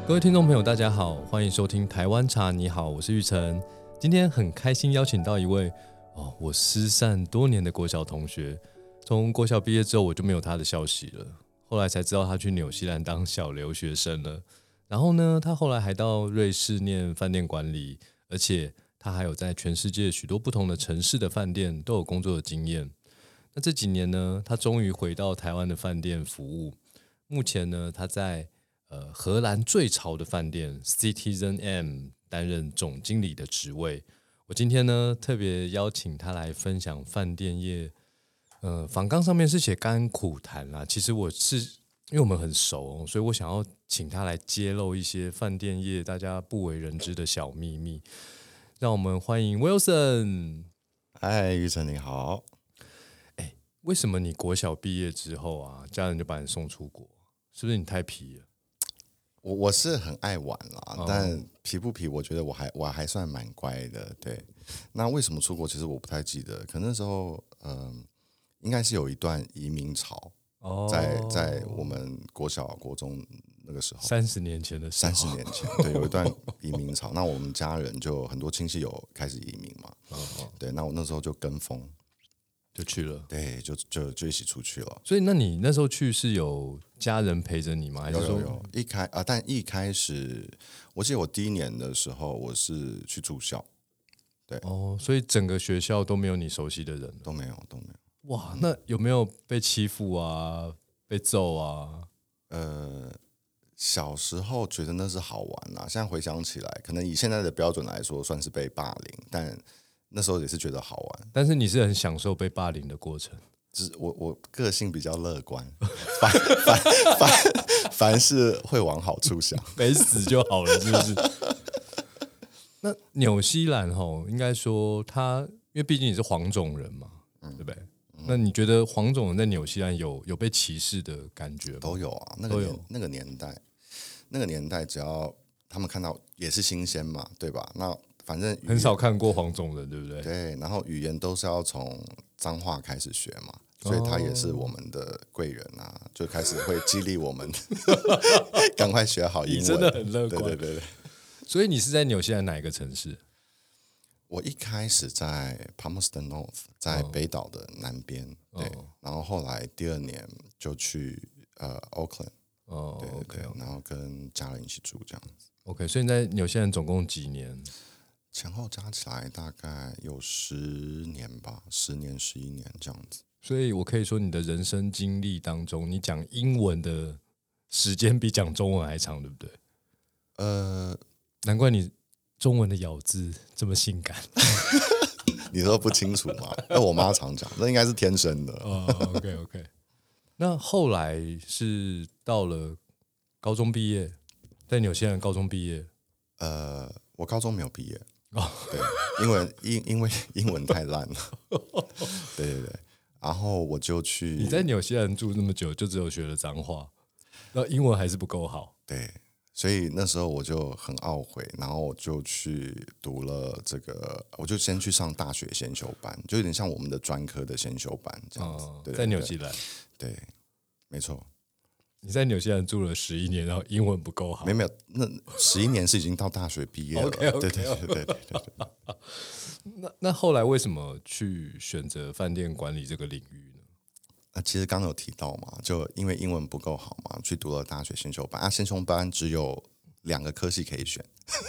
各位听众朋友大家好，欢迎收听台湾茶你好，我是玉成。今天很开心邀请到一位我失散多年的国小同学，从国小毕业之后我就没有他的消息了，后来才知道他去纽西兰当小留学生了。然后呢，他后来还到瑞士念饭店管理，而且他还有在全世界许多不同的城市的饭店都有工作的经验。那这几年呢，他终于回到台湾的饭店服务。目前呢，他在荷兰最潮的饭店 Citizen M 担任总经理的职位。我今天呢特别邀请他来分享饭店业。访纲上面是写甘苦谈啦，其实我是因为我们很熟，所以我想要请他来揭露一些饭店业大家不为人知的小秘密。让我们欢迎 Wilson。 嗨，玉成你好。 为什么你国小毕业之后啊，家人就把你送出国？是不是你太皮了？ 我是很爱玩啦，但皮不皮，我觉得我还算蛮乖的。对，那为什么出国？其实我不太记得，可能那时候应该是有一段移民潮，在我们国小国中那个时候 ，30年前的时候 ，30年前，对，有一段移民潮。那我们家人就很多亲戚有开始移民嘛，对，那我那时候就跟风。 就去了， 对，就一起出去了。 所以，那你那时候去是有家人陪着你吗？还是说有但一开始，我记得我第一年的时候，我是去住校，对， 所以整个学校都没有你熟悉的人， 都没有。 哇，那有没有被欺负啊？被揍啊？ 小时候觉得那是好玩啦，现在回想起来，可能以现在的标准来说，算是被霸凌，但那时候也是觉得好玩。 但是你是很享受被霸凌的过程。 就是我个性比较乐观，凡事会往好处想， 没死就好了，是不是？那纽西兰应该说它，因为毕竟你是黄种人嘛，对不对？那你觉得黄种人在纽西兰有被歧视的感觉吗？ 都有啊，那个年代，只要他们看到也是新鲜嘛，对吧？那反正很少看过黄种人，对不对？ 对，然后语言都是要从脏话开始学嘛，所以他也是我们的贵人啊，就开始会激励我们赶快学好英文。 你真的很乐观， 对。 所以你是在纽西兰哪一个城市？ 我一开始在 Palmerston North， 在北岛的南边，对，然后后来第2年就去Auckland，对，然后跟家人一起住这样子。 OK， 所以你在纽西兰总共几年？ 前后加起来大概有10年吧，10年11年这样子。 所以我可以说你的人生经历当中，你讲英文的时间比讲中文还长，对不对？难怪你中文的咬字这么性感。 你说不清楚吗？那我妈常讲，那应该是天生的。 OK。那后来是到了高中毕业，在纽西兰高中毕业。 我高中没有毕业。对，因为英文太烂了。对，然后我就去。 你在纽西兰住那么久，就只有学了脏话，然后英文还是不够好。 对，所以那时候我就很懊悔，然后我就去读了这个，我就先去上大学先修班，就有点像我们的专科的先修班这样子。对， 在纽西兰。 对，没错。 你在纽西兰住了11年，然后英文不够好。 没有，那11年是已经到大学毕业了。 OK。 对。 那后来为什么去选择饭店管理这个领域呢？ 其实刚刚有提到嘛，就因为英文不够好嘛，去读了大学先修班。先修班只有2个科系可以选。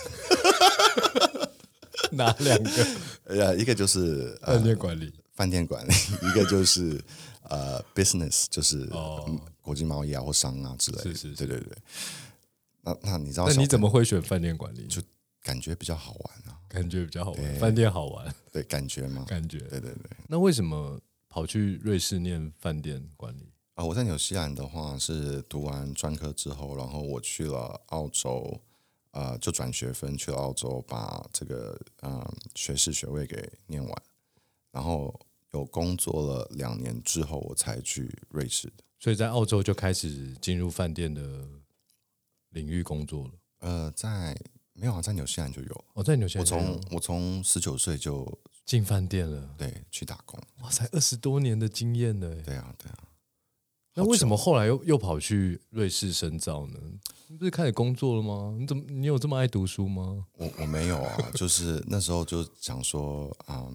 哪2个？ 一个就是饭店管理，一个就是business， 就是国际贸易啊或商啊之类的。是。对。那你知道？ 那你怎么会选饭店管理？ 就感觉比较好玩啊， 感觉比较好玩，饭店好玩， 对，感觉嘛， 感觉。 对。 那为什么跑去瑞士念饭店管理？ 我在纽西兰的话是读完专科之后，然后我去了澳洲。就转学分去了澳洲，把这个学士学位给念完，然后有工作了2年之后，我才去瑞士的。 所以在澳洲就开始进入饭店的领域工作了。 没有啊，在纽西兰就有。 在纽西兰我从19岁就进饭店了， 对，去打工。 哇塞，20多年的经验了。 对啊。 那为什么后来又跑去瑞士深造呢？你不是开始工作了吗？你有这么爱读书吗？ 我没有啊，就是那时候就想说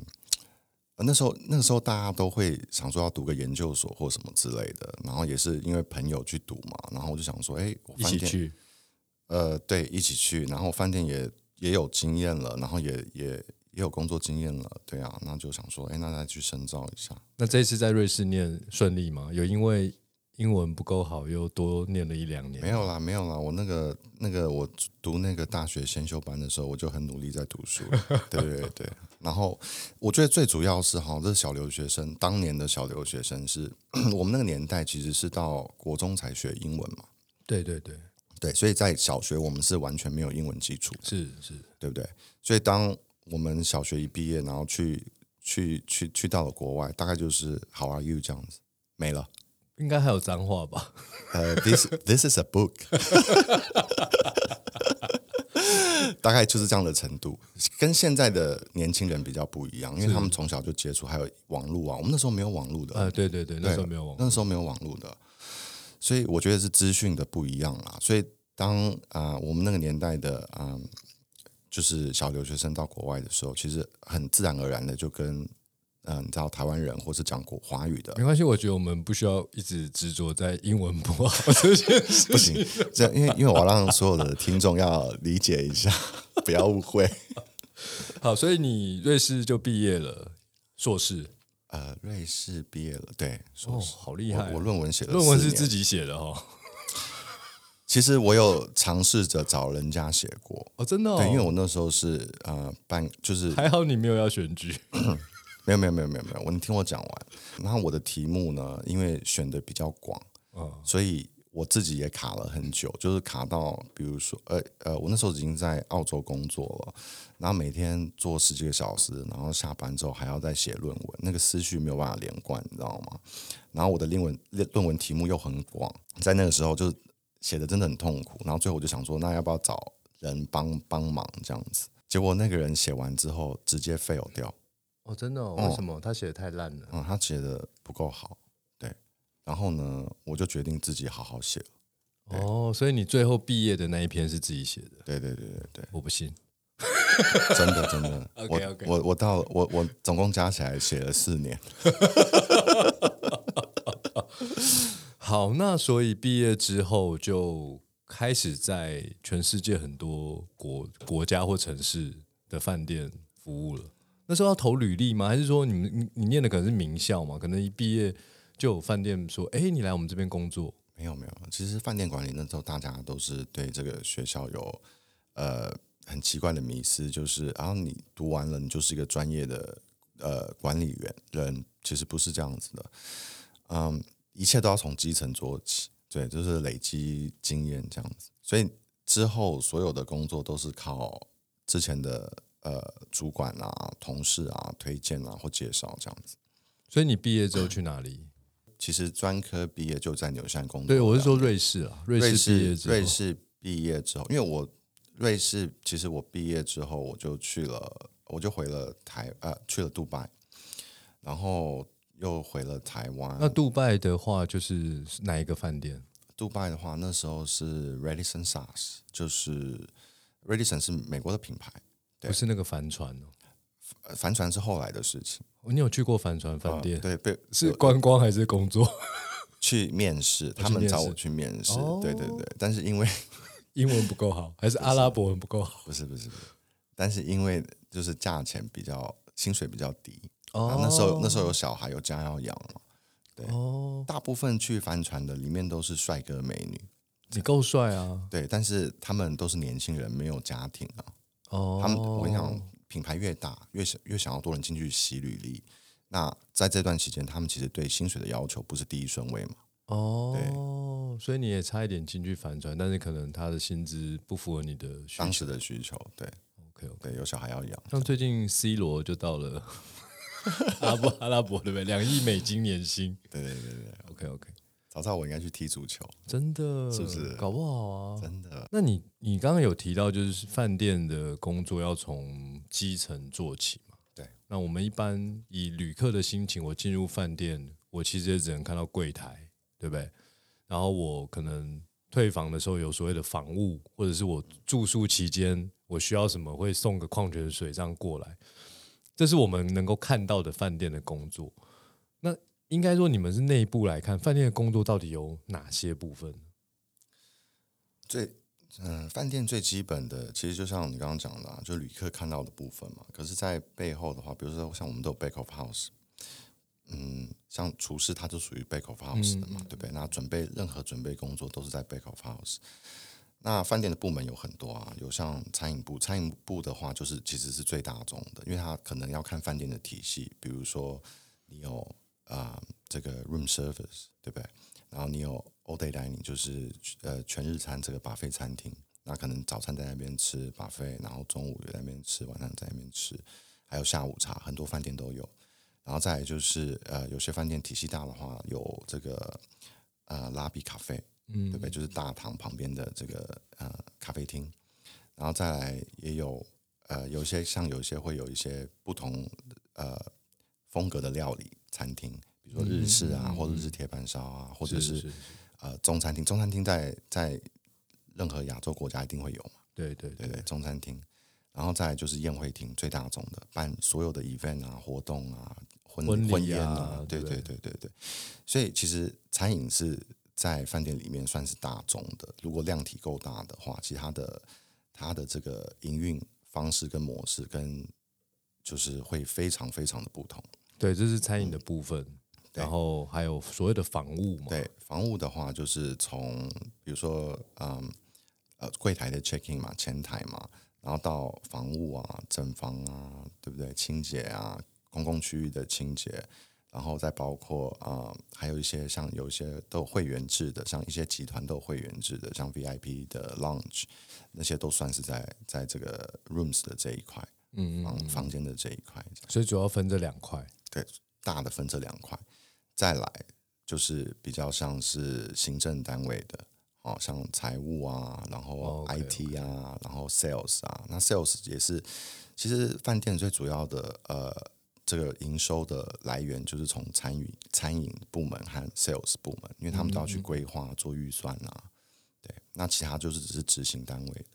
那个时候大家都会想说要读个研究所或什么之类的，然后也是因为朋友去读嘛，然后我就想说，我一起去， 对，一起去，然后饭店也有经验了，然后也有工作经验了，对啊，那就想说，那再去深造一下。 那这一次在瑞士念顺利吗？有因为英文不够好又多念了1-2年？ 没有啦，没有啦，我那个我读那个大学先修班的时候，我就很努力在读书，对对对。然后我觉得最主要是这是小留学生，当年的小留学生是我们那个年代其实是到国中才学英文嘛， 对对对对，所以在小学我们是完全没有英文基础， 是， 对不对？所以当我们小学一毕业，然后去到了国外，大概就是 How are you 这样子，没了。 应该还有脏话吧 ？This is a book 大概就是这样的程度，跟现在的年轻人比较不一样，因为他们从小就接触，还有网络啊。我们那时候没有网络的， 对对对，那时候没有网络， 那时候没有网络的，所以我觉得是资讯的不一样啦。所以当我们那个年代的就是小留学生到国外的时候，其实很自然而然的就跟你知道台湾人或是讲过华语的， 没关系，我觉得我们不需要一直执着在英文不好这件事情。 不行，这因为我要让所有的听众要理解一下，不要误会。 好，所以你瑞士就毕业了，硕士。 瑞士毕业了，对，硕士， 好厉害！ 我论文写了4年， 论文是自己写的哦。 其实我有尝试着找人家写过， 真的对，因为我那时候是就是还好你没有要选举。 没有，你听我讲完。然后我的题目呢，因为选的比较广，所以我自己也卡了很久，就是卡到比如说，我那时候已经在澳洲工作了，然后每天做10几个小时，然后下班之后还要再写论文，那个思绪没有办法连贯，你知道吗？然后我的论文题目又很广，在那个时候就写的真的很痛苦，然后最后我就想说，那要不要找人帮忙这样子？结果那个人写完之后直接 fail 掉。 真的为什么？他写的太烂了。 他写的不够好，对。然后呢，我就决定自己好好写了。 所以你最后毕业的那一篇是自己写的？ 对， 我不信。 真的。 OK， 我总共加起来写了4年。 好，那所以毕业之后就开始在全世界很多国家或城市的饭店服务了。那时候要投履历吗？还是说你念的可能是名校嘛？可能一毕业就有饭店说，你来我们这边工作？ 没有，其实饭店管理那时候大家都是对这个学校有很奇怪的迷思，就是然后你读完了，你就是一个专业的管理人，其实不是这样子的。一切都要从基层做起，对，就是累积经验这样子。所以之后所有的工作都是靠之前的主管啊、同事啊推荐啊或介绍这样子。 所以你毕业之后去哪里？ 其实专科毕业就在纽西兰工作。 对，我是说瑞士啊，瑞士毕业之后，因为瑞士其实我毕业之后我就回了去了杜拜，然后又回了台湾。 那杜拜的话就是哪一个饭店？ 杜拜的话，那时候是 Radisson SAS， 就是 Radisson 是美国的品牌， 不是那个帆船哦。 帆船是后来的事情。 你有去过帆船饭店？ 对， 是观光还是工作？ 去面试，他们找我去面试。对，但是因为英文不够好，还是阿拉伯文不够好？ 不是，但是因为就是价钱薪水比较低。那时候有小孩有家要养嘛。对，大部分去帆船的里面都是帅哥美女。 你够帅啊！ 对，但是他们都是年轻人，没有家庭啊。他们我跟你讲，品牌越大，越想要多人进去洗履历。那在这段期间，他们其实对薪水的要求不是第一顺位嘛。 所以你也差一点进去帆船，但是可能他的薪资不符合你的需求， 当时的需求。对 ，OK， 对，有小孩要养。 像最近 C 罗就到了阿拉伯对不对？2亿美金年薪。 对 ，OK。 早我应该去踢足球， 真的是不是？ 搞不好啊， 真的。 那你刚刚有提到，就是饭店的工作要从基层做起嘛？ 对。 那我们一般以旅客的心情，我进入饭店，我其实也只能看到柜台， 对不对？然后我可能退房的时候有所谓的房务，或者是我住宿期间我需要什么会送个矿泉水这样过来，这是我们能够看到的饭店的工作。那应该说你们是内部来看饭店的工作到底有哪些部分？ 饭店最基本的其实就像你刚刚讲的啊，就旅客看到的部分嘛。可是，在背后的话，比如说像我们都有 back of house，像厨师他就属于 back of house 的嘛，对不对？那任何准备工作都是在 back of house。那饭店的部门有很多啊，有像餐饮部，餐饮部的话就是其实是最大宗的，因为它可能要看饭店的体系，比如说你有这个 room service， 对不对？然后你有 all day dining， 就是全日餐这个 buffet 餐厅，那可能早餐在那边吃 buffet， 然后中午在那边吃，晚上在那边吃，还有下午茶，很多饭店都有。然后再来就是有些饭店体系大的话，有这个拉比咖啡，对不对？就是大堂旁边的这个咖啡厅。然后再来也有有一些会有一些不同风格的料理餐厅，比如说日式啊，或者日式铁板烧啊，或者是中餐厅。中餐厅在任何亚洲国家一定会有嘛？ 对， 中餐厅。然后再来就是宴会厅，最大宗的，办所有的 event 啊、活动啊、婚宴啊，对。所以其实餐饮是在饭店里面算是大宗的，如果量体够大的话，其实它的这个营运方式跟模式跟就是会非常非常的不同。 对，这是餐饮的部分。然后还有所谓的房务嘛？ 对，房务的话就是从比如说柜台的 check in 嘛，前台嘛，然后到房务啊、整房啊，对不对？清洁啊，公共区域的清洁，然后再包括还有一些像有一些都有会员制的，像一些集团都有会员制的，像 VIP 的 lounge， 那些都算是在这个 rooms 的这一块，房间的这一块。 所以主要分这两块。 对，大的分这两块。再来就是比较像是行政单位的。像财务啊，然后 IT 啊，然后 sales 啊，那 sales 也是，其实饭店最主要的这个营收的来源就是从餐饮部门和 sales 部门，因为他们都要去规划做预算啊，对，那其他就是只是执行单位的。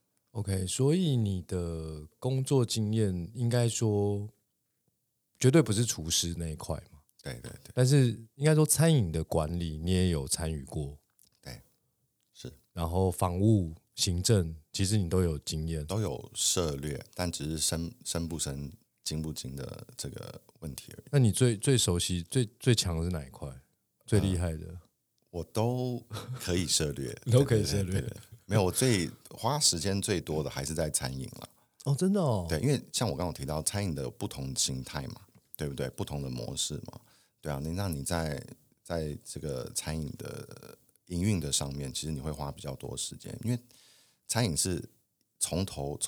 OK， 所以你的工作经验应该说绝对不是厨师那一块嘛？ 对， 但是应该说餐饮的管理你也有参与过。然后房务、行政，其实你都有经验， 都有涉略，但只是深不深、精不精的这个问题而已。 那你最熟悉、最强的是哪一块？最厉害的？ 我都可以涉略， 都可以涉略。 没有，我花时间最多的还是在餐饮了。 哦，真的哦。 对，因为像我刚刚提到，餐饮的有不同形态嘛，对不对？不同的模式嘛，对啊。那你在这个餐饮的营运的上面，其实你会花比较多时间，因为餐饮是从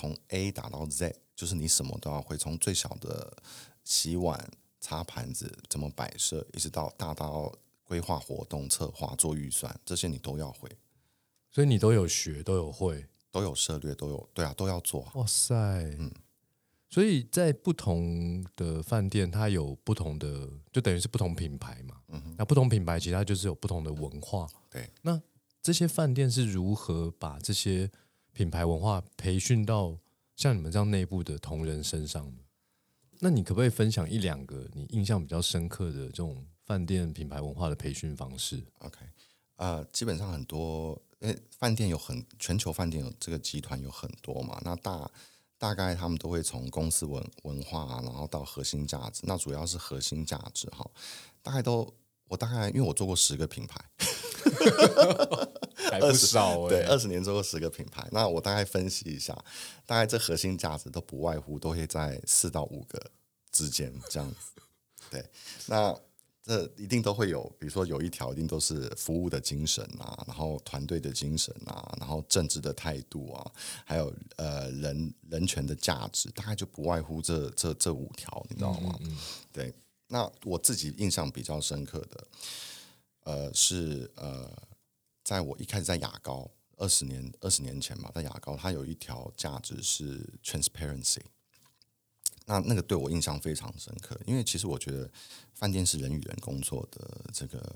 A 打到 Z， 就是你什么都要会，从最小的洗碗、擦盘子、怎么摆设，一直到大到规划活动、策划、做预算，这些你都要会。 所以你都有学，都有会， 都有涉略，对啊，都要做。 哇塞，所以在不同的饭店，它有不同的，就等于是不同品牌嘛。那不同品牌其实它就是有不同的文化。 对， 那这些饭店是如何把这些品牌文化培训到像你们这样内部的同仁身上的？那你可不可以分享一两个你印象比较深刻的这种饭店品牌文化的培训方式 ？OK，基本上很多，因为饭店全球饭店有这个集团有很多嘛，那大概他们都会从公司文化，然后到核心价值，那主要是核心价值哈，我大概因为我做过10个品牌， 还不少对，20年做过10个品牌，那我大概分析一下，大概这核心价值都不外乎都会在4到5个之间这样子，对，那这一定都会有，比如说有一条一定都是服务的精神啊，然后团队的精神啊，然后政治的态度啊，还有人权的价值，大概就不外乎这5条，你知道吗？对，那我自己印象比较深刻的，是在我一开始在雅高20年前吧，在雅高它有一条价值是 transparency。那个对我印象非常深刻，因为其实我觉得饭店是人与人工作的这个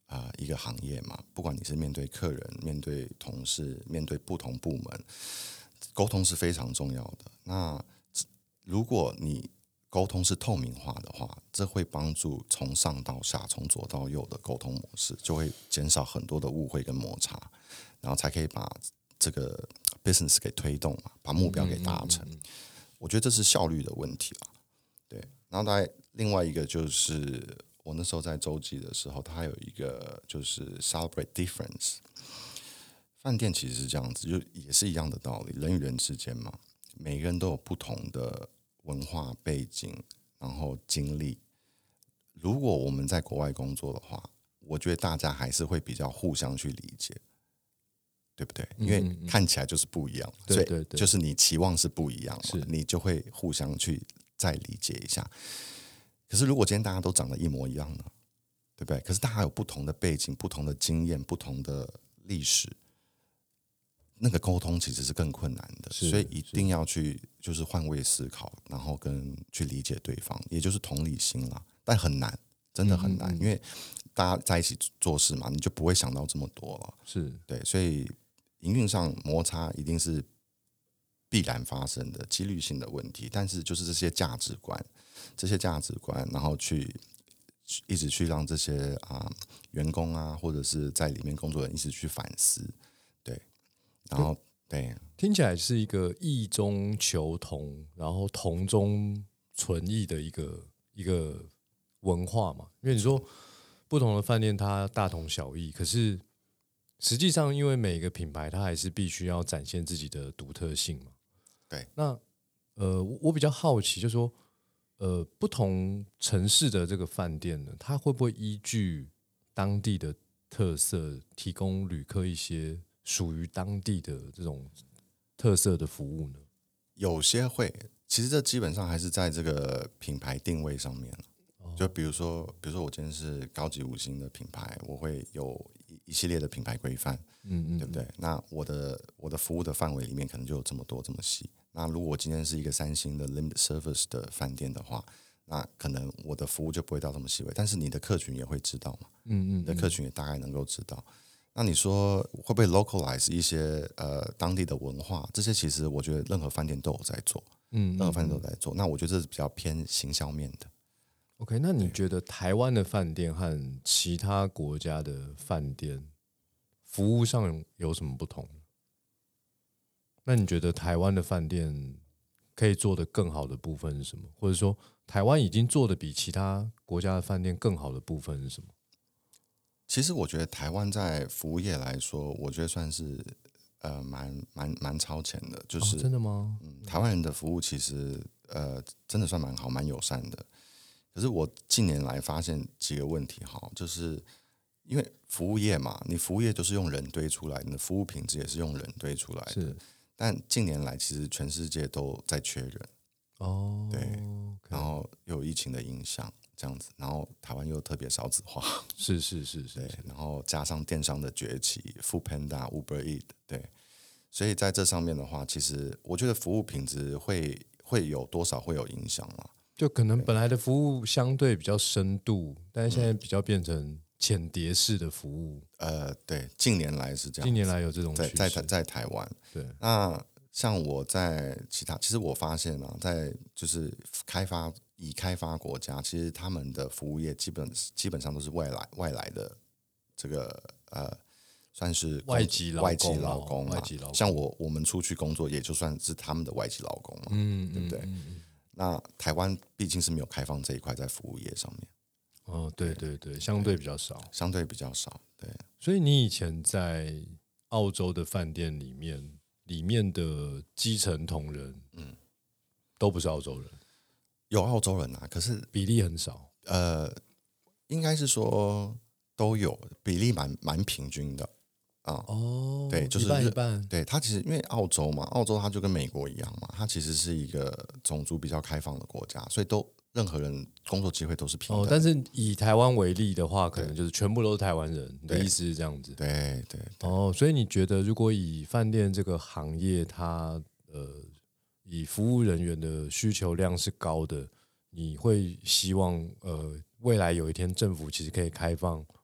一个行业嘛，不管你是面对客人、面对同事、面对不同部门，沟通是非常重要的。那如果你沟通是透明化的话，这会帮助从上到下、从左到右的沟通模式，就会减少很多的误会跟摩擦，然后才可以把这个 business 给推动嘛，把目标给达成。我觉得这是效率的问题啦。对，然后大概另外一个就是我那时候在洲际的时候，它有一个就是 celebrate difference。饭店其实是这样子，就也是一样的道理，人与人之间嘛，每个人都有不同的文化背景，然后经历。如果我们在国外工作的话，我觉得大家还是会比较互相去理解，对不对？因为看起来就是不一样，所以就是你期望是不一样嘛，你就会互相去再理解一下。可是如果今天大家都长得一模一样呢，对不对？可是大家有不同的背景、不同的经验、不同的历史，那个沟通其实是更困难的，所以一定要去就是换位思考，然后跟去理解对方，也就是同理心啦。但很难，真的很难，因为大家在一起做事嘛，你就不会想到这么多了。 是对，所以营运上摩擦一定是必然发生的几率性的问题，但是就是这些价值观，然后去一直去让这些员工啊，或者是在里面工作的人一直去反思，对，然后对， 听起来是一个异中求同，然后同中存异的一个文化嘛。因为你说不同的饭店它大同小异，可是实际上因为每个品牌它还是必须要展现自己的独特性嘛。 对， 那我比较好奇，就是说不同城市的这个饭店呢，它会不会依据当地的特色，提供旅客一些属于当地的这种特色的服务呢？ 有些会，其实这基本上还是在这个品牌定位上面。就比如说我今天是高级5星的品牌，我会有一系列的品牌规范，对不对？那我的服务的范围里面可能就有这么多这么细。那如果我今天是一个3星的 limit service 的饭店的话，那可能我的服务就不会到这么细微，但是你的客群也会知道嘛，你的客群也大概能够知道。那你说会不会 localize 一些当地的文化？这些其实我觉得任何饭店都有在做，任何饭店都有在做。那我觉得这是比较偏行销面的。 OK， 那你觉得台湾的饭店和其他国家的饭店服务上有什么不同？那你觉得台湾的饭店可以做得更好的部分是什么？或者说台湾已经做得比其他国家的饭店更好的部分是什么？ 其实我觉得台湾在服务业来说，我觉得算是蛮超前的，就是真的吗？ 台湾人的服务其实真的算蛮好，蛮友善的。可是我近年来发现几个问题哈，就是因为服务业嘛，你服务业就是用人堆出来，你的服务品质也是用人堆出来的。但近年来其实全世界都在缺人对，然后又有疫情的影响，这样子，然后台湾又特别少子化， 是， 对，然后加上电商的崛起，Foodpanda、Uber Eats，对，所以在这上面的话，其实我觉得服务品质会有多少会有影响啦。 就可能本来的服务相对比较深度，但是现在比较变成浅碟式的服务。 对，近年来是这样子， 近年来有这种趋势， 在台湾。 对， 那像我在其实我发现啊，在就是已开发国家，其实他们的服务业基本上都是外来的这个算是外籍劳工嘛。像我们出去工作，也就算是他们的外籍劳工嘛，对不对？那台湾毕竟是没有开放这一块在服务业上面。 对，相对比较少， 对。 所以你以前在澳洲的饭店里面的基层同仁，都不是澳洲人， 有澳洲人啊，可是比例很少。 应该是说都有，比例蛮平均的啊。对，就是一半。 对，它其实因为澳洲嘛，澳洲它就跟美国一样嘛，它其实是一个种族比较开放的国家，所以任何人工作机会都是平等的。 但是以台湾为例的话，可能就是全部都是台湾人。你的意思是这样子？ 对。 所以你觉得如果以饭店这个行业，它以服务人员的需求量是高的，你会希望未来有一天政府其实可以开放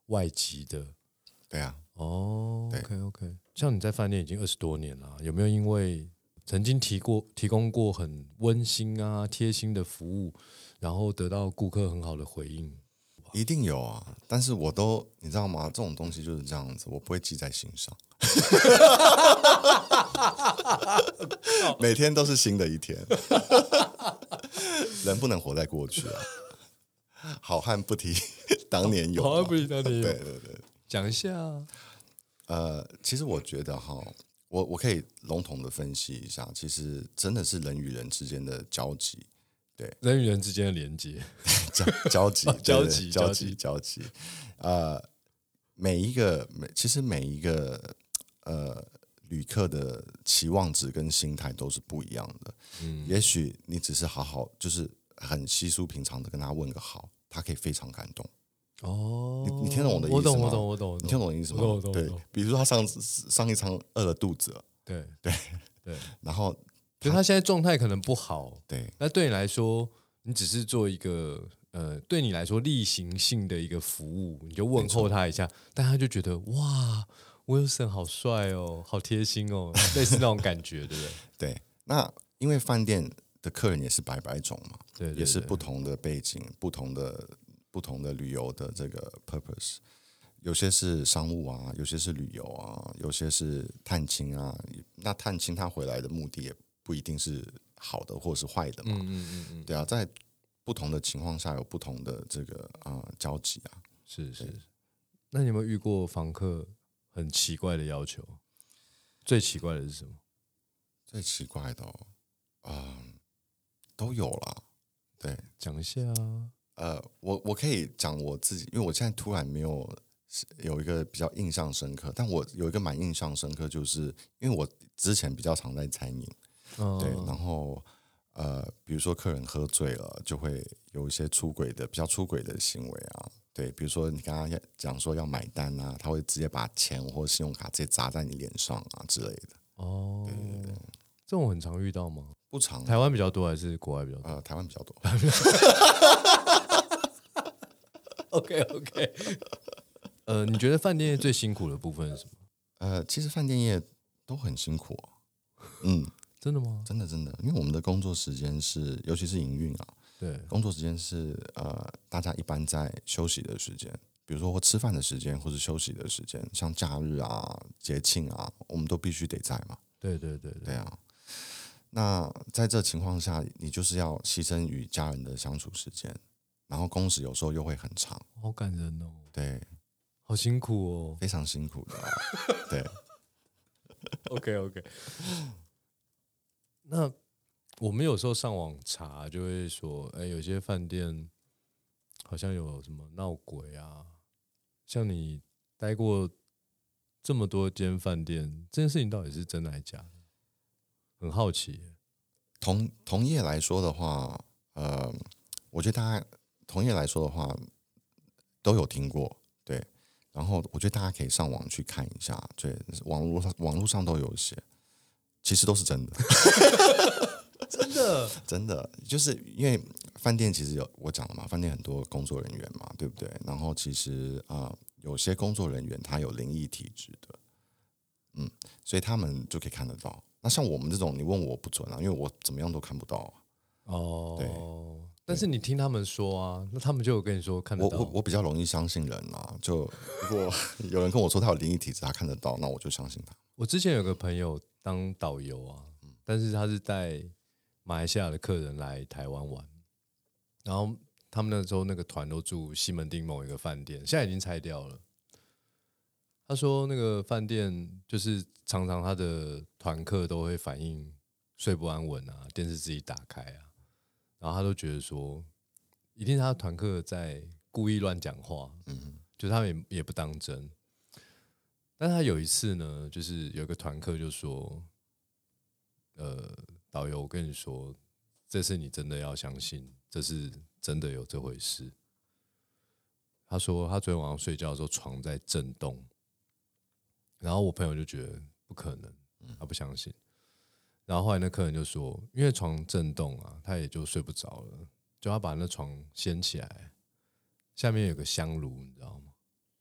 外籍的。 对啊， 哦对 ，OK OK，像你在饭店已经20多年了，有没有因为曾经提供过很温馨啊、贴心的服务，然后得到顾客很好的回应？ 一定有啊，但是你知道吗？这种东西就是这样子，我不会记在心上。每天都是新的一天，人不能活在过去啊。好汉不提当年勇， 好汉不提当年勇。 对对对， 讲一下啊。 其实我觉得哈，我可以笼统的分析一下，其实真的是人与人之间的交集，对， 人与人之间的连接， 交集， 交集，交集，其实每一个旅客的期望值跟心态都是不一样的。也许你只是好好，就是很稀疏平常的跟他问个好，他可以非常感动。 哦， 你听懂我的意思吗？ 我懂， 你听懂我的意思吗？ 我懂。 对，比如说他上一餐饿了肚子了， 对， 然后就他现在状态可能不好， 对， 那对你来说，你只是做一个对你来说例行性的一个服务，你就问候他一下，但他就觉得哇，Wilson 好帅哦，好贴心哦，类似那种感觉，对不对？ 对，那因为饭店的客人也是百百种嘛， 对， 也是不同的背景，不同的旅游的这个 purpose， 有些是商务啊，有些是旅游啊，有些是探亲啊。那探亲他回来的目的也不一定是好的或者是坏的嘛，对啊，在不同的情况下有不同的这个交集啊。 是。那你有没有遇过房客很奇怪的要求？最奇怪的是什么？ 最奇怪的都有啦，对， 讲一下啊。 我可以讲我自己，因为我现在突然没有一个比较印象深刻，但我有一个蛮印象深刻，就是因为我之前比较常在餐饮，对，然后比如说客人喝醉了，就会有一些比较出轨的行为啊，对，比如说你刚刚讲说要买单啊，他会直接把钱或信用卡直接砸在你脸上啊之类的。 哦，对，这种很常遇到吗？ 不常， 台湾比较多还是国外比较多？ 台湾比较多。 OK， 你觉得饭店业最辛苦的部分是什么？ 其实饭店业都很辛苦啊。 真的吗？ 真的，因为我们的工作时间是，尤其是营运啊， 对， 工作时间是大家一般在休息的时间，比如说或吃饭的时间，或是休息的时间，像假日啊、节庆啊，我们都必须得在嘛。 对啊。那在这情况下，你就是要牺牲与家人的相处时间，然后工时有时候又会很长， 好感人哦。 对， 好辛苦哦。 非常辛苦的啊、对。 OK， 那我们有时候上网查，就会说，有些饭店好像有什么闹鬼啊。像你待过这么多间饭店，这件事情到底是真的还是假的？很好奇耶。 同业来说的话，我觉得大家同业来说的话都有听过，对。然后我觉得大家可以上网去看一下，对，网络上都有写，其实都是真的。真的，就是因为饭店其实我讲了嘛，饭店很多工作人员嘛，对不对？然后其实有些工作人员他有灵异体质的，所以他们就可以看得到。那像我们这种，你问我不准啊，因为我怎么样都看不到啊。对， 但是你听他们说啊，那他们就有跟你说看得到。 我比较容易相信人啊，就如果有人跟我说他有灵异体质，他看得到，那我就相信他。 我之前有个朋友当导游啊，但是他是带马来西亚的客人来台湾玩，然后他们那时候那个团都住西门町某一个饭店，现在已经拆掉了。他说那个饭店就是常常他的团客都会反映睡不安稳啊，电视自己打开啊，然后他都觉得说一定是他的团客在故意乱讲话，就他们也不当真。但他有一次呢，就是有个团客就说，导游，我跟你说，这次你真的要相信，这是真的有这回事。他说他昨天晚上睡觉的时候床在震动，然后我朋友就觉得不可能，他不相信。然后后来那客人就说，因为床震动啊，他也就睡不着了，就他把那床掀起来，下面有个香炉，你知道吗？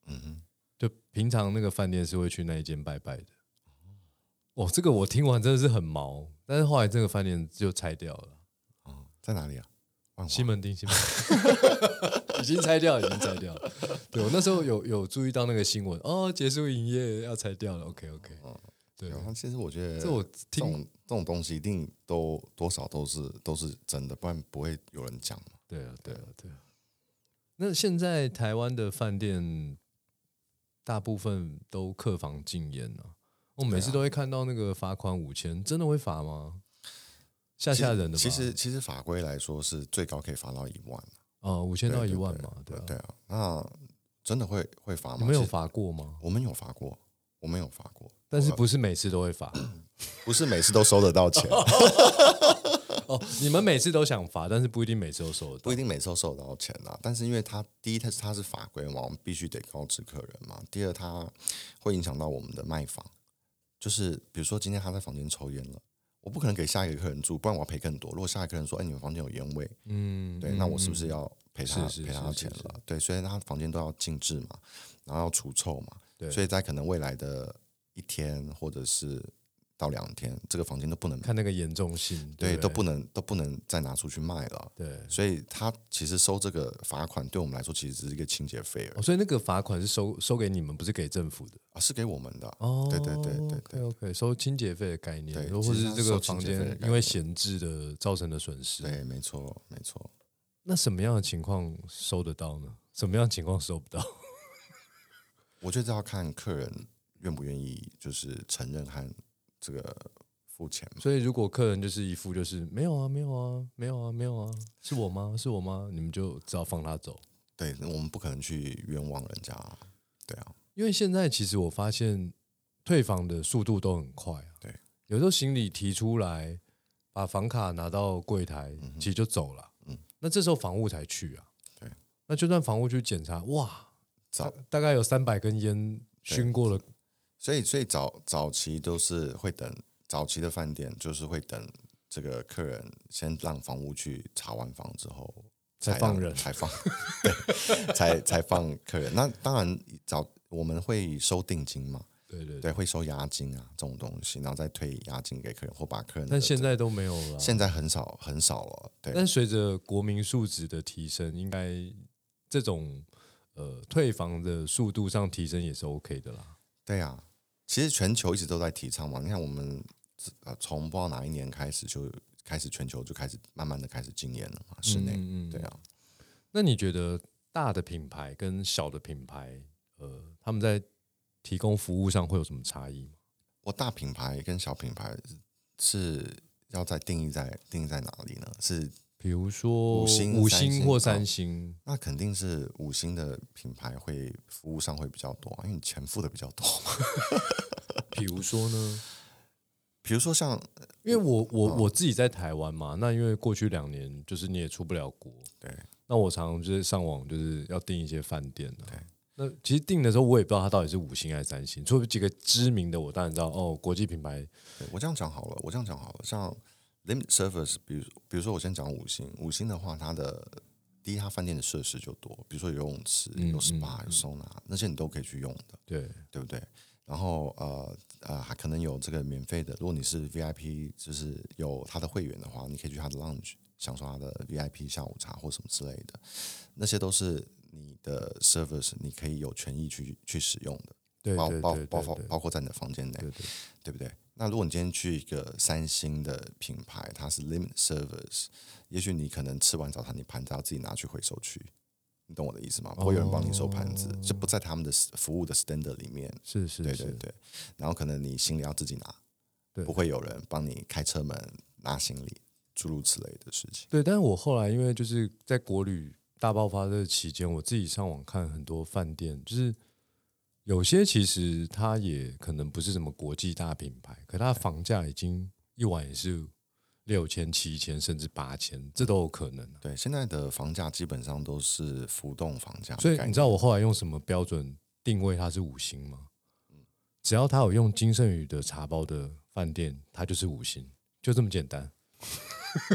就平常那个饭店是会去那一间拜拜的。哦，这个我听完真的是很毛，但是后来这个饭店就拆掉了。 哦，在哪里啊？ 西门町已经拆掉，已经拆掉了。对，我那时候有注意到那个新闻，哦，结束营业要拆掉了。OK，对。 其实我觉得这这种东西一定多少都是真的，不然不会有人讲嘛。 对啊。那现在台湾的饭店大部分都客房禁烟啊，我每次都会看到那个罚款5000，真的会罚吗？吓人的吧？ 其实法规来说是最高可以罚到1万哦，5000到1万嘛，对啊。 那真的会罚吗？ 你们有罚过吗？ 我们有罚过， 但是不是每次都会罚， 不是每次都收得到钱。 哦，你们每次都想罚，但是不一定每次都收得到， 不一定每次都收得到钱啊。但是因为第一它是法规嘛，我们必须得告知客人嘛。第二，它会影响到我们的卖房，就是比如说今天他在房间抽烟了。我不可能给下一个客人住，不然我要赔更多。如果下一个客人说：“哎，你们房间有烟味。”对，那我是不是要赔他钱了？对，所以他房间都要静置嘛，然后要除臭嘛。所以在可能未来的1天或者是到2天，这个房间都不能看那个严重性， 对，都不能再拿出去卖了。 对，所以他其实收这个罚款，对我们来说其实只是一个清洁费而已。 所以那个罚款是收给你们，不是给政府的啊，是给我们的。 哦， 对 ，OK， 收清洁费的概念， 对， 或是这个房间因为闲置的造成的损失。 对，没错。 那什么样的情况收得到呢？什么样的情况收不到？ 我觉得要看客人愿不愿意，就是承认和这个付钱。 所以如果客人就是一副就是没有啊，是我吗？你们就只好放他走。 对，我们不可能去冤枉人家。对啊， 因为现在其实我发现退房的速度都很快啊。 对， 有时候行李提出来，把房卡拿到柜台，其实就走了。那这时候房务才去啊。 对， 那就算房务去检查，哇，大概有300根烟熏过了。 所以早期都是会等，早期的饭店就是会等这个客人先让房务去查完房之后才放人， 对，才放客人。那当然我们会收定金嘛，对，会收押金啊这种东西，然后再退押金给客人或把客人。 但现在都没有了， 现在很少了。对， 但随着国民素质的提升，应该这种退房的速度上提升也是 OK 的啦。 对啊。其实全球一直都在提倡嘛，你看我们从不知道哪一年开始就开始全球就开始慢慢的开始禁烟了嘛，室内。对啊。 那你觉得大的品牌跟小的品牌，他们在提供服务上会有什么差异吗？ 我大品牌跟小品牌是要再定义在哪里呢？是比如说5星或3星， 那肯定是5星的品牌会服务上会比较多，因为你钱付的比较多。 比如说呢？ 比如说像， 因为我自己在台湾嘛，那因为过去2年就是你也出不了国， 对， 那我常常就是上网就是要订一些饭店啊。 对， 那其实订的时候我也不知道它到底是5星还是3星，除了几个知名的我当然知道哦，国际品牌。 我这样讲好了，像 Limit Service， 比如说我先讲5星，5星的话，第一，它饭店的设施就多，比如说有游泳池、有 SPA、有收纳，那些你都可以去用的，对不对？然后还可能有这个免费的，如果你是 VIP， 就是有他的会员的话，你可以去他的 lounge 享受他的 VIP 下午茶或什么之类的，那些都是你的 service， 你可以有权益去使用的， 对， 包括在你的房间内，对不对？那如果你今天去一个3星的品牌，它是 limit service， 也许你可能吃完早餐，你盘子要自己拿去回收区，你懂我的意思吗？不会有人帮你收盘子，就不在他们的服务的 standard 里面。 是， 对。然后可能你行李要自己拿，不会有人帮你开车门拿行李，诸如此类的事情。 对，但是我后来因为就是在国旅大爆发的期间，我自己上网看很多饭店，就是有些其实它也可能不是什么国际大品牌，可它的房价已经一晚也是6000、7000甚至8000，这都有可能。 对，现在的房价基本上都是浮动房价， 所以你知道我后来用什么标准定位它是5星吗？只要它有用金圣宇的茶包的饭店，它就是5星，就这么简单。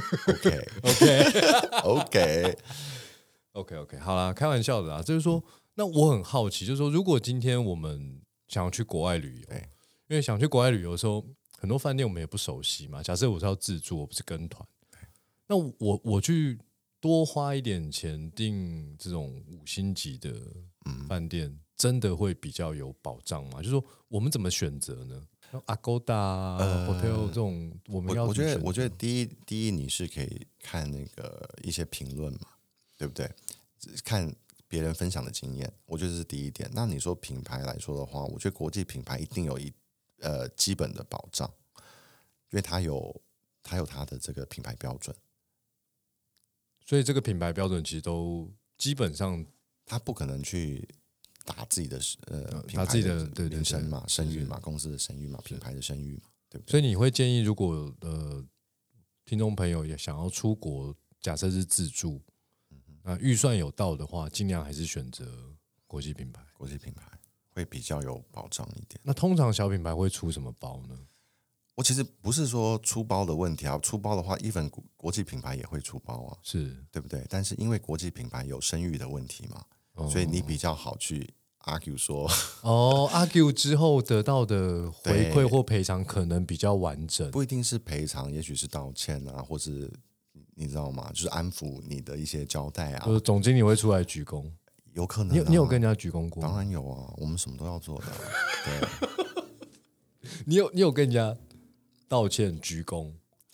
OK， 好啦，开玩笑的啦，就是说， 那我很好奇，就是说，如果今天我们想要去国外旅游，因为想去国外旅游的时候，很多饭店我们也不熟悉嘛。假设我是要自助，我不是跟团，那我去多花一点钱订这种5星级的饭店，真的会比较有保障吗？就是说，我们怎么选择呢？Agoda、Hotel 这种，我们要我怎么选择？ 我觉得第一你是可以看那个一些评论嘛，对不对？看别人分享的经验，我觉得这是第一点。那你说品牌来说的话，我觉得国际品牌一定有基本的保障，因为它有它的这个品牌标准， 所以这个品牌标准其实都基本上， 它不可能去打自己的品牌打自己的名声嘛、声誉嘛、 是公司的声誉嘛、品牌的声誉嘛，对不对？ 所以你会建议，如果听众朋友也想要出国，假设是自助，预算有到的话，尽量还是选择国际品牌。 国际品牌会比较有保障一点。 那通常小品牌会出什么包呢？ 我其实不是说出包的问题啊，出包的话，even国际品牌也会出包啊， 是对不对？但是因为国际品牌有声誉的问题嘛，所以你比较好去 argue 说 argue 之后得到的回馈或赔偿可能比较完整， 不一定是赔偿，也许是道歉啊，或是你知道吗？就是安抚你的一些交代啊， 就是总经理会出来鞠躬， 有可能、啊你有跟人家鞠躬过吗？ 当然有啊，我们什么都要做的、啊，对。 你有跟人家道歉鞠躬？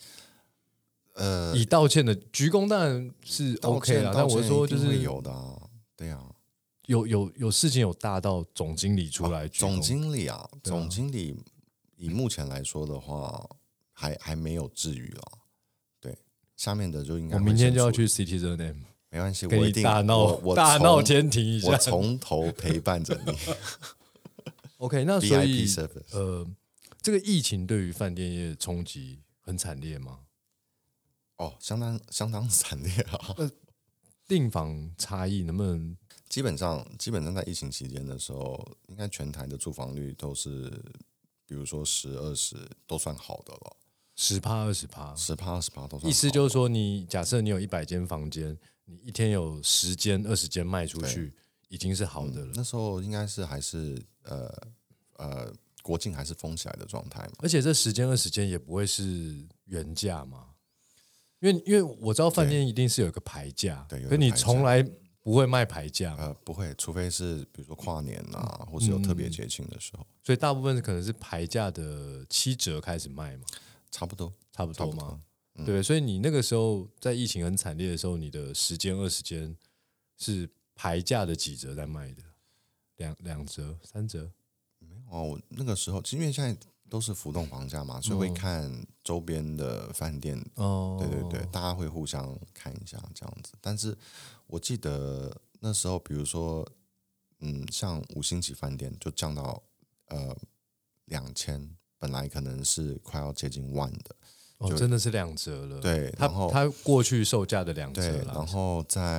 以道歉的鞠躬当然是 OK 啦，但我是说就是有的啊，对啊， 有事情有大到总经理出来鞠躬， 总经理啊，总经理以目前来说的话，还没有至于啦。对，下面的就应该我明天就要去 Citizen M， 没关系， 跟你我一定大闹天庭一下， 我从头陪伴着你。 OK， 那所以 VIP service 这个疫情对于饭店业冲击很惨烈吗？ 相当惨烈啊！ 订房差异能不能？ 基本上在疫情期间的时候，应该全台的住房率都是，比如说10、20都算好的了 10%、20%、 10%、20%都算好。 意思就是说，你假设你有100间房间，你一天有10间、20间卖出去，已经是好的了。 那时候应该是还是国境还是封起来的状态嘛。 而且这10间、20间也不会是原价嘛，因为我知道饭店一定是有一个牌价， 对， 可你从来不会卖牌价， 不会，除非是比如说跨年啊，或是有特别节庆的时候， 所以大部分可能是牌价的7折开始卖嘛， 差不多吗？对，所以你那个时候在疫情很惨烈的时候，你的10间、20间是牌价的几折在卖的，2折、3折？ 没有啊，我那个时候因为现在都是浮动房价嘛，所以会看周边的饭店。对，大家会互相看一下这样子。但是我记得那时候，比如说，像5星级饭店就降到2000，本来可能是快要接近10000的。 真的是2折了。 对，然后它过去售价的2折对， 了。 然后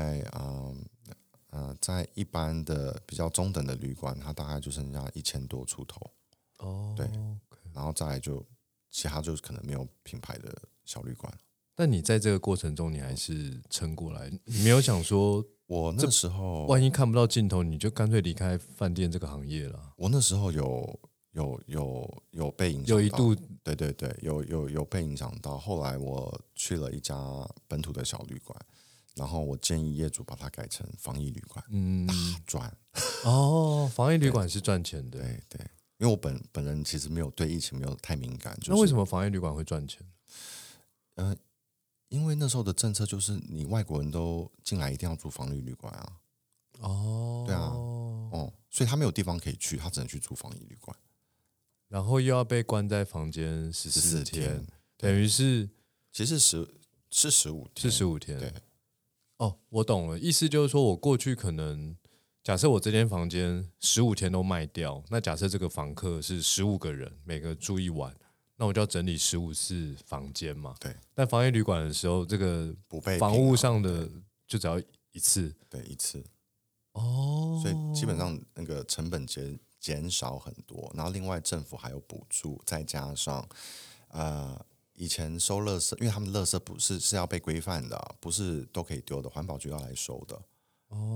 在一般的比较中等的旅馆，它大概就剩下1000多出头。对，然后再来就其他就可能没有品牌的小旅馆。 但你在这个过程中，你还是撑过来，你没有想说， 我那时候万一看不到尽头，你就干脆离开饭店这个行业了。 我那时候有被影响到， 有一度对，有被影响到。后来我去了一家本土的小旅馆，然后我建议业主把它改成防疫旅馆，大赚。 防疫旅馆是赚钱的， 对，因为我本人其实没有对疫情没有太敏感。 那为什么防疫旅馆会赚钱？ 因为那时候的政策就是你外国人都进来一定要住防疫旅馆啊。对啊，所以他没有地方可以去，他只能去住防疫旅馆。 然后又要被关在房间14天，等于是其实是15天， 是15天。 对， 我懂了，意思就是说我过去可能假设我这间房间15天都卖掉，那假设这个房客是15个人，每个住1晚，那我就要整理15次房间嘛。 对， 但防疫旅馆的时候，这个不被房屋上的就只要一次， 对，一次。所以基本上那个成本减少很多，然后另外政府还有补助，再加上以前收垃圾，因为他们垃圾不是要被规范的，不是都可以丢的，环保局要来收的。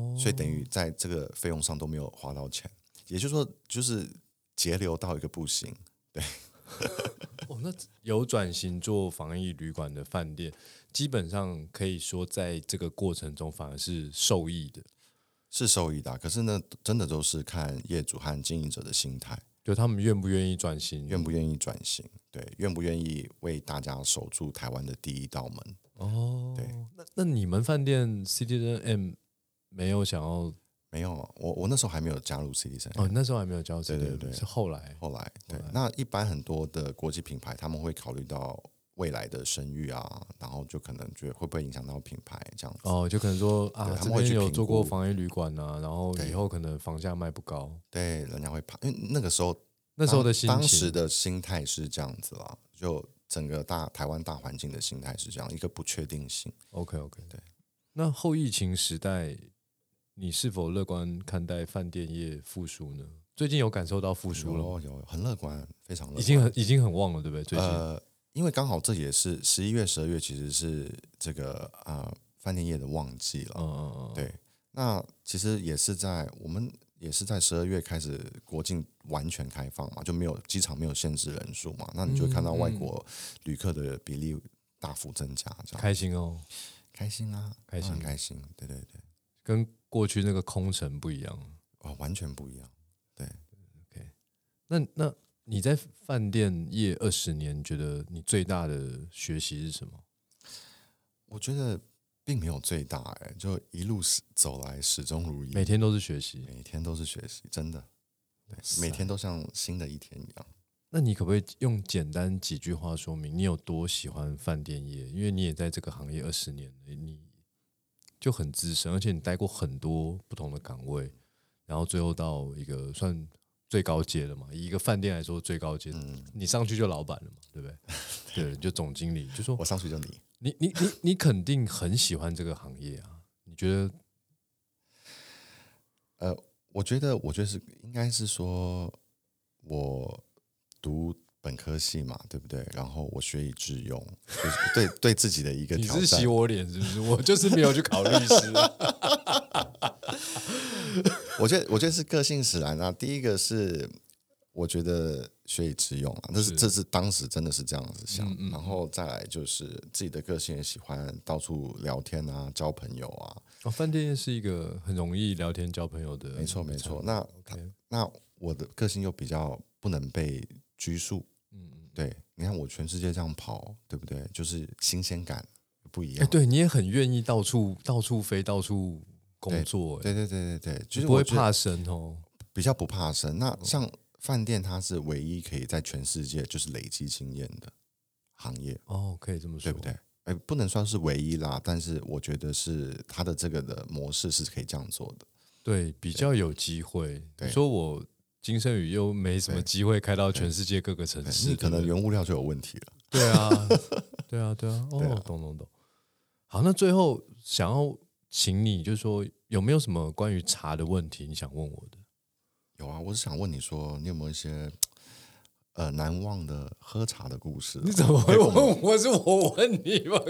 所以等于在这个费用上都没有花到钱，也就是说，就是节流到一个不行。对， 那有转型做防疫旅馆的饭店，基本上可以说在这个过程中反而是受益的， 是受益的可是呢，真的都是看业主和经营者的心态， 就他们愿不愿意转型， 愿不愿意转型，对，愿不愿意为大家守住台湾的第一道门。对， 那你们饭店 Citizen M 没有想要？ 没有，我那时候还没有加入 Citizen M。 那时候还没有加入 Citizen M， 对， 是后来。 对，那一般很多的国际品牌他们会考虑到未来的声誉啊，然后就可能觉得会不会影响到品牌这样子。 就可能说这边有做过防疫旅馆啊，然后以后可能房价卖不高， 对，人家会怕，因为那时候的心情， 当时的心态是这样子啦，就整个台湾大环境的心态是这样一个不确定性。 OK， 对。 那后疫情时代，你是否乐观看待饭店业复苏呢？最近有感受到复苏了？ 有很乐观，非常乐观，已经很旺了，对不对？最近因为刚好这也是11月、12月，其实是这个饭店业的旺季了。对，那其实我们也是在12月开始国境完全开放嘛，就没有机场没有限制人数嘛，那你就会看到外国旅客的比例大幅增加，这样开心哦， 开心啊，很开心，对， 跟过去那个空城不一样完全不一样。对 ，OK， 那你在饭店业20年，你觉得你最大的学习是什么？ 我觉得并没有最大，就一路走来始终如一， 每天都是学习， 每天都是学习，真的，对，每天都像新的一天一样。 那你可不可以用简单几句话说明你有多喜欢饭店业？因为你也在这个行业20年了，你就很资深，而且你待过很多不同的岗位，然后最后到一个算最高阶了嘛，以一个饭店来说最高阶，你上去就老板了嘛，对不对？对，就总经理，就说我上去就你肯定很喜欢这个行业啊？你觉得？ 我觉得是应该是说，我读本科系嘛，对不对？然后我学以致用，就是对自己的一个挑战。 你是洗我脸是不是？我就是没有去考律师。 我觉得是个性使然啊。第一个是我觉得学以致用啊，这是当时真的是这样子想。然后再来就是自己的个性也喜欢到处聊天啊，交朋友啊。 饭店业是一个很容易聊天交朋友的， 没错。那我的个性又比较不能被拘束。对，你看我全世界这样跑，对不对？就是新鲜感不一样。 对，你也很愿意到处飞，到处工作。 对，就是不会怕生哦， 比较不怕生。那像饭店，它是唯一可以在全世界就是累积经验的行业。 可以这么说， 对不对？不能算是唯一啦，但是我觉得是它的这个的模式是可以这样做的。 对，比较有机会。你说我金盛宇又没什么机会开到全世界各个城市， 你可能原物料就有问题了。 对啊，懂。好，那最后想要请你，就是说有没有什么关于茶的问题你想问我的？ 有啊，我是想问你说，你有没有一些难忘的喝茶的故事？ 你怎么会问我？是我问你吗？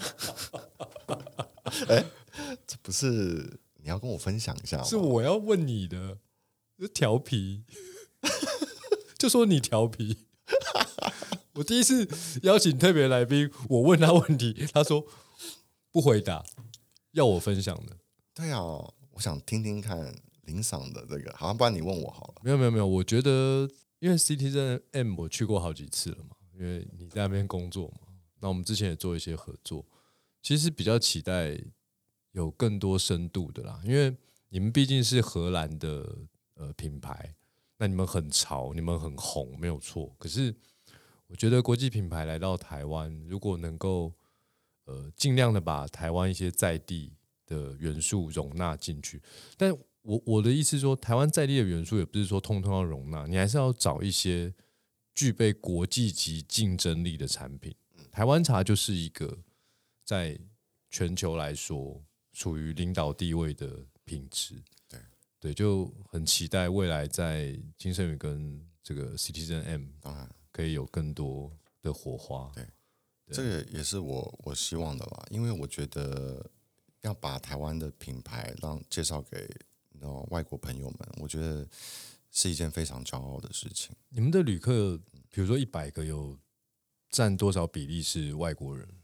这不是你要跟我分享一下吗？ 是我要问你的，调皮，就说你调皮。我第一次邀请特别来宾，我问他问题，他说不回答，要我分享的。 对啊，我想听听看林桑的这个，好，不然你问我好了。 没有，我觉得因为 Citizen M 我去过好几次了嘛，因为你在那边工作嘛，那我们之前也做一些合作，其实比较期待有更多深度的啦，因为你们毕竟是荷兰的品牌，那你们很潮，你们很红，没有错。可是我觉得国际品牌来到台湾，如果能够尽量的把台湾一些在地的元素容纳进去，但我的意思是说，台湾在地的元素也不是说通通要容纳，你还是要找一些具备国际级竞争力的产品。台湾茶就是一个在全球来说处于领导地位的品质。对，就很期待未来在金盛宇跟这个 Citizen M 可以有更多的火花。 对，这个也是我希望的啦，因为我觉得要把台湾的品牌介绍给外国朋友们，我觉得是一件非常骄傲的事情。 你们的旅客，比如说100个，有占多少比例是外国人？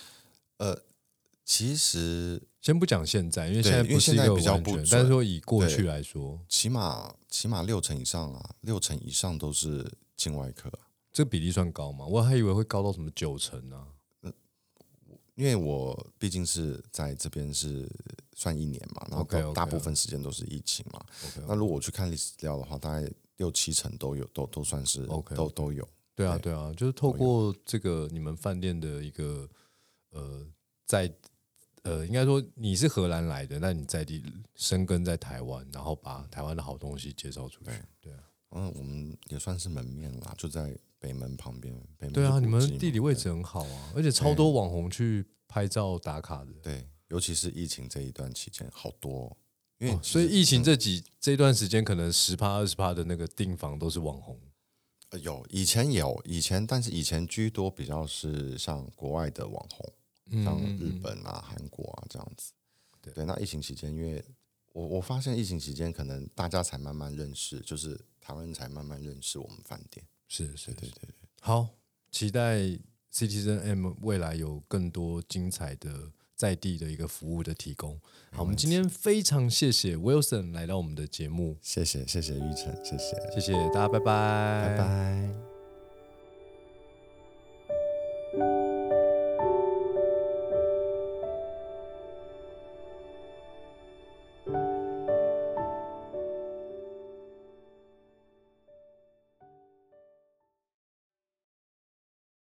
其实先不讲现在，因为现在不是一个完全，但是说以过去来说， 起码60%以上啊，60%以上都是境外客。 这个比例算高吗？我还以为会高到什么90%啊。 因为我毕竟是在这边是算1年嘛，然后大部分时间都是疫情嘛。那如果我去看历史资料的话，大概6-7成都有，都算是都有。 对啊，对啊，就是透过这个你们饭店的一个应该说你是荷兰来的，那你在地生根在台湾，然后把台湾的好东西介绍出去。对啊， 我们也算是门面啦，就在北门旁边。 对啊，你们地理位置很好啊，而且超多网红去拍照打卡的。 对，尤其是疫情这一段期间，好多。因为所以疫情这段时间，可能10%-20%的那个订房都是网红。 以前，但是以前居多比较是像国外的网红。像日本啊、韩国啊这样子，对。那疫情期间，因为我发现疫情期间，可能大家才慢慢认识，就是台湾人才慢慢认识我们饭店。 是，对。好，期待 Citizen M 未来有更多精彩的在地的一个服务的提供。好，我们今天非常谢谢 Wilson 来到我们的节目， 谢谢玉成，谢谢大家，拜拜， 拜拜。